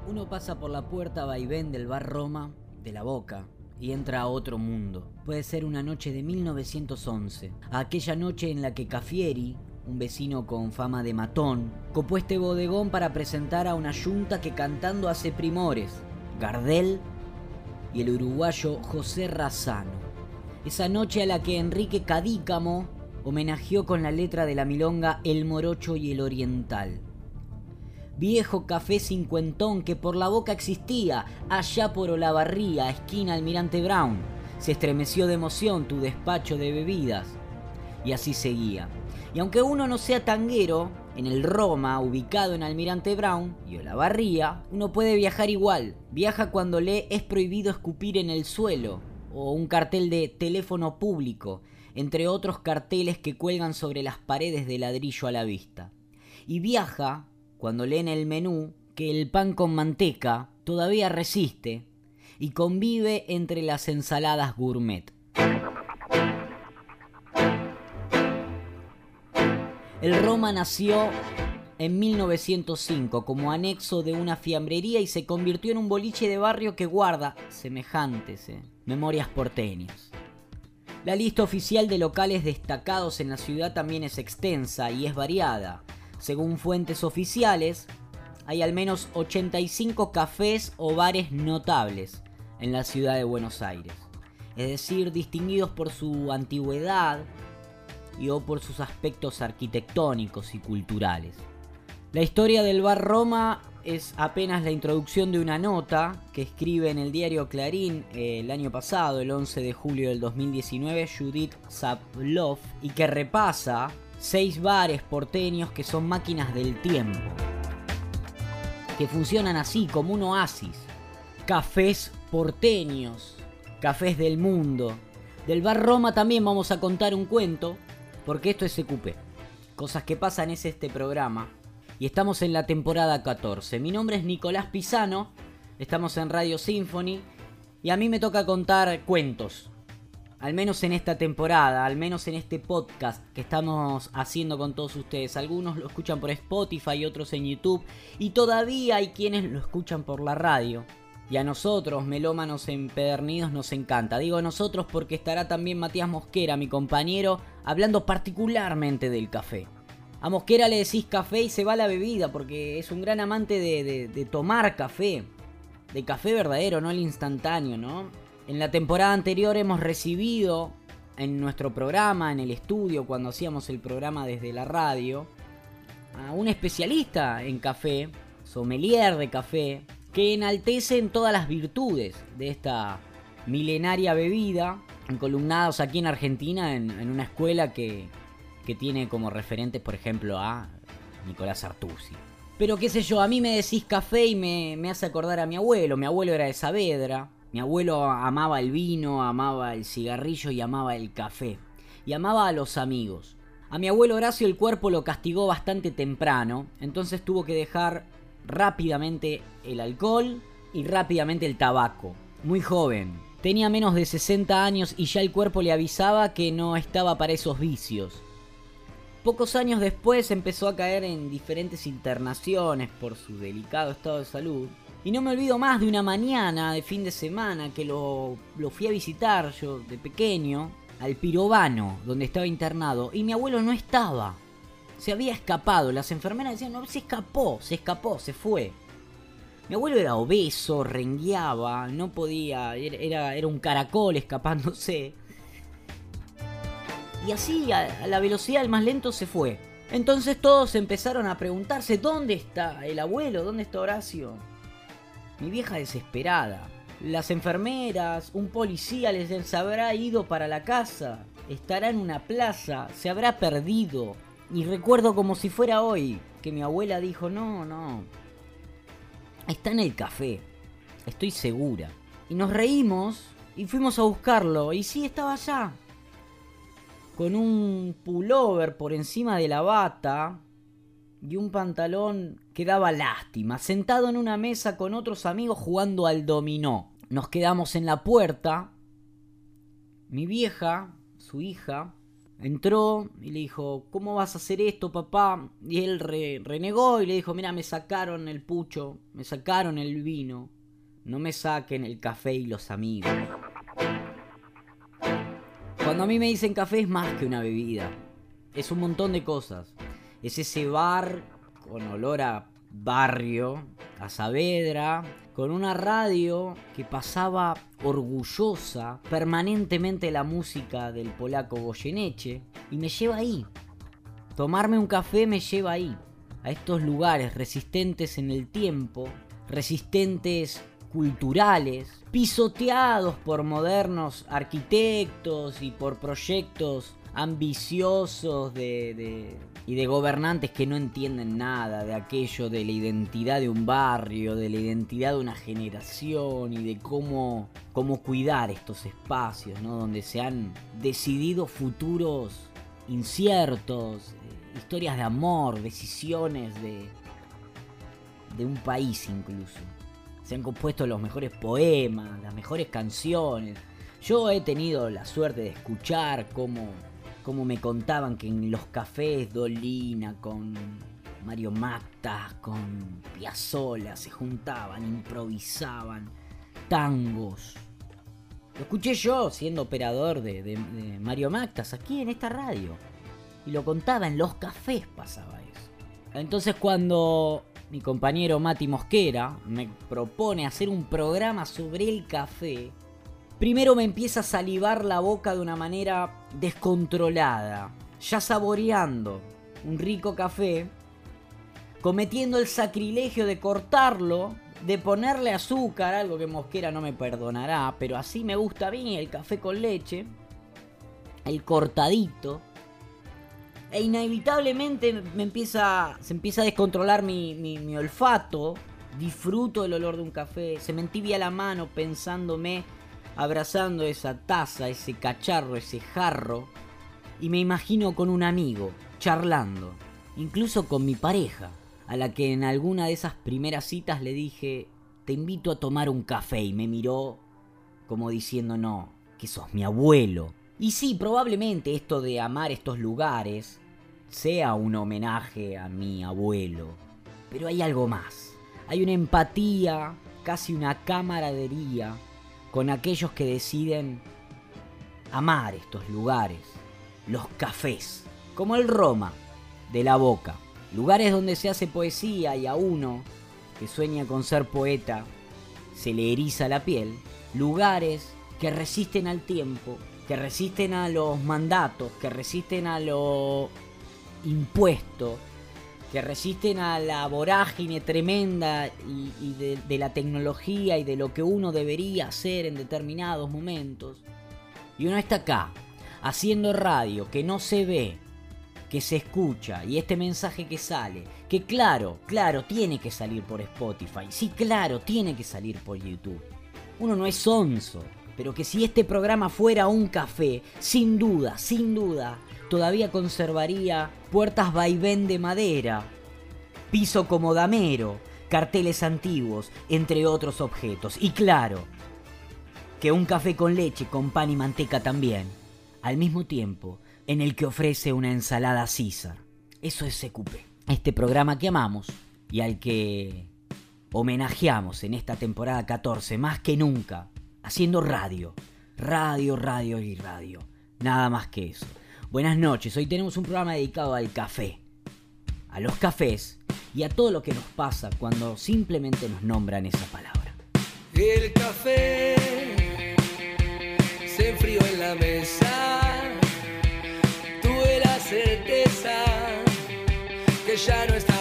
Uno pasa por la puerta vaivén del bar Roma, de La Boca, y entra a otro mundo. Puede ser una noche de 1911, aquella noche en la que Cafieri, un vecino con fama de matón, copó este bodegón para presentar a una yunta que cantando hace primores, Gardel y el uruguayo José Razzano. Esa noche a la que Enrique Cadícamo homenajeó con la letra de la milonga El Morocho y el Oriental. Viejo café cincuentón que por La Boca existía, allá por Olavarría, esquina Almirante Brown. Se estremeció de emoción tu despacho de bebidas. Y así seguía. Y aunque uno no sea tanguero, en el Roma, ubicado en Almirante Brown y Olavarría, uno puede viajar igual. Viaja cuando lee Es prohibido escupir en el suelo, o un cartel de teléfono público, entre otros carteles que cuelgan sobre las paredes de ladrillo a la vista. Y viaja cuando lee en el menú que el pan con manteca todavía resiste y convive entre las ensaladas gourmet. El Roma nació en 1905 como anexo de una fiambrería y se convirtió en un boliche de barrio que guarda semejantes memorias porteñas. La lista oficial de locales destacados en la ciudad también es extensa y es variada. Según fuentes oficiales, hay al menos 85 cafés o bares notables en la ciudad de Buenos Aires. Es decir, distinguidos por su antigüedad y o por sus aspectos arquitectónicos y culturales. La historia del bar Roma es apenas la introducción de una nota que escribe en el diario Clarín el año pasado, el 11 de julio del 2019, Judith Zaplov, y que repasa 6 bares porteños que son máquinas del tiempo, que funcionan así como un oasis. Cafés porteños, cafés del mundo. Del bar Roma también vamos a contar un cuento, porque esto es CQP. Cosas que pasan es este programa. Y estamos en la temporada 14. Mi nombre es Nicolás Pisano, estamos en Radio Symphony y a mí me toca contar cuentos. Al menos en esta temporada, al menos en este podcast que estamos haciendo con todos ustedes. Algunos lo escuchan por Spotify, otros en YouTube y todavía hay quienes lo escuchan por la radio. Y a nosotros, melómanos empedernidos, nos encanta. Digo nosotros porque estará también Matías Mosquera, mi compañero, hablando particularmente del café. A Mosquera le decís café y se va la bebida porque es un gran amante de tomar café. De café verdadero, no el instantáneo, ¿no? En la temporada anterior hemos recibido en nuestro programa, en el estudio, cuando hacíamos el programa desde la radio, a un especialista en café, sommelier de café, que enaltece en todas las virtudes de esta milenaria bebida, encolumnados aquí en Argentina en una escuela que tiene como referentes, por ejemplo, a Nicolás Artusi. Pero qué sé yo, a mí me decís café y me hace acordar a mi abuelo. Mi abuelo era de Saavedra. Mi abuelo amaba el vino, amaba el cigarrillo y amaba el café. Y amaba a los amigos. A mi abuelo Horacio el cuerpo lo castigó bastante temprano, entonces tuvo que dejar rápidamente el alcohol y rápidamente el tabaco. Muy joven. Tenía menos de 60 años y ya el cuerpo le avisaba que no estaba para esos vicios. Pocos años después empezó a caer en diferentes internaciones por su delicado estado de salud. Y no me olvido más de una mañana de fin de semana que lo fui a visitar yo de pequeño al Pirovano, donde estaba internado, y mi abuelo no estaba. Se había escapado. Las enfermeras decían, no, se escapó, se fue. Mi abuelo era obeso, rengueaba, no podía, era un caracol escapándose. Y así, a la velocidad del más lento, se fue. Entonces todos empezaron a preguntarse, ¿dónde está el abuelo? ¿Dónde está Horacio? Mi vieja desesperada. Las enfermeras, un policía les decían, se habrá ido para la casa, estará en una plaza, se habrá perdido. Y recuerdo como si fuera hoy, que mi abuela dijo, no, está en el café, estoy segura. Y nos reímos y fuimos a buscarlo, y sí, estaba allá. Con un pullover por encima de la bata y un pantalón que daba lástima, sentado en una mesa con otros amigos jugando al dominó. Nos quedamos en la puerta, mi vieja, su hija, Entró y le dijo, ¿cómo vas a hacer esto, papá? Y él renegó y le dijo, mira, me sacaron el pucho, me sacaron el vino, no me saquen el café y los amigos. Cuando a mí me dicen café es más que una bebida, es un montón de cosas. Es ese bar con olor a barrio, a Saavedra, con una radio que pasaba orgullosa permanentemente la música del polaco Goyeneche, y me lleva ahí. Tomarme un café me lleva ahí, a estos lugares resistentes en el tiempo, resistentes culturales, pisoteados por modernos arquitectos y por proyectos ambiciosos y de gobernantes que no entienden nada de aquello de la identidad de un barrio, de la identidad de una generación y de cómo cuidar estos espacios, ¿no? Donde se han decidido futuros inciertos, historias de amor, decisiones de un país incluso. Se han compuesto los mejores poemas, las mejores canciones. Yo he tenido la suerte de escuchar cómo me contaban que en los cafés Dolina con Mario Macta, con Piazzolla se juntaban, improvisaban tangos. Lo escuché yo siendo operador de Mario Mactas aquí en esta radio. Y lo contaba, en los cafés pasaba eso. Entonces cuando mi compañero Mati Mosquera me propone hacer un programa sobre el café, primero me empieza a salivar la boca de una manera descontrolada, ya saboreando un rico café, cometiendo el sacrilegio de cortarlo, de ponerle azúcar, algo que Mosquera no me perdonará, pero así me gusta a mí el café con leche, el cortadito, e inevitablemente se empieza a descontrolar mi olfato, disfruto el olor de un café, se me entibia la mano pensándome, abrazando esa taza, ese cacharro, ese jarro, y me imagino con un amigo, charlando, incluso con mi pareja, a la que en alguna de esas primeras citas le dije, te invito a tomar un café, y me miró como diciendo, no, que sos mi abuelo. Y sí, probablemente esto de amar estos lugares sea un homenaje a mi abuelo, pero hay algo más, hay una empatía, casi una camaradería, con aquellos que deciden amar estos lugares, los cafés, como el Roma de La Boca, lugares donde se hace poesía y a uno que sueña con ser poeta se le eriza la piel, lugares que resisten al tiempo, que resisten a los mandatos, que resisten a lo impuesto, que resisten a la vorágine tremenda y de la tecnología y de lo que uno debería hacer en determinados momentos. Y uno está acá, haciendo radio, que no se ve, que se escucha, y este mensaje que sale, que claro, tiene que salir por Spotify, sí, claro, tiene que salir por YouTube. Uno no es sonso, pero que si este programa fuera un café, sin duda, todavía conservaría puertas vaivén de madera, piso comodamero, carteles antiguos, entre otros objetos. Y claro, que un café con leche, con pan y manteca también, al mismo tiempo en el que ofrece una ensalada César. Eso es CQP, este programa que amamos y al que homenajeamos en esta temporada 14 más que nunca, haciendo radio, nada más que eso. Buenas noches, hoy tenemos un programa dedicado al café, a los cafés y a todo lo que nos pasa cuando simplemente nos nombran esa palabra. El café se enfrió en la mesa, tuve la certeza que ya no está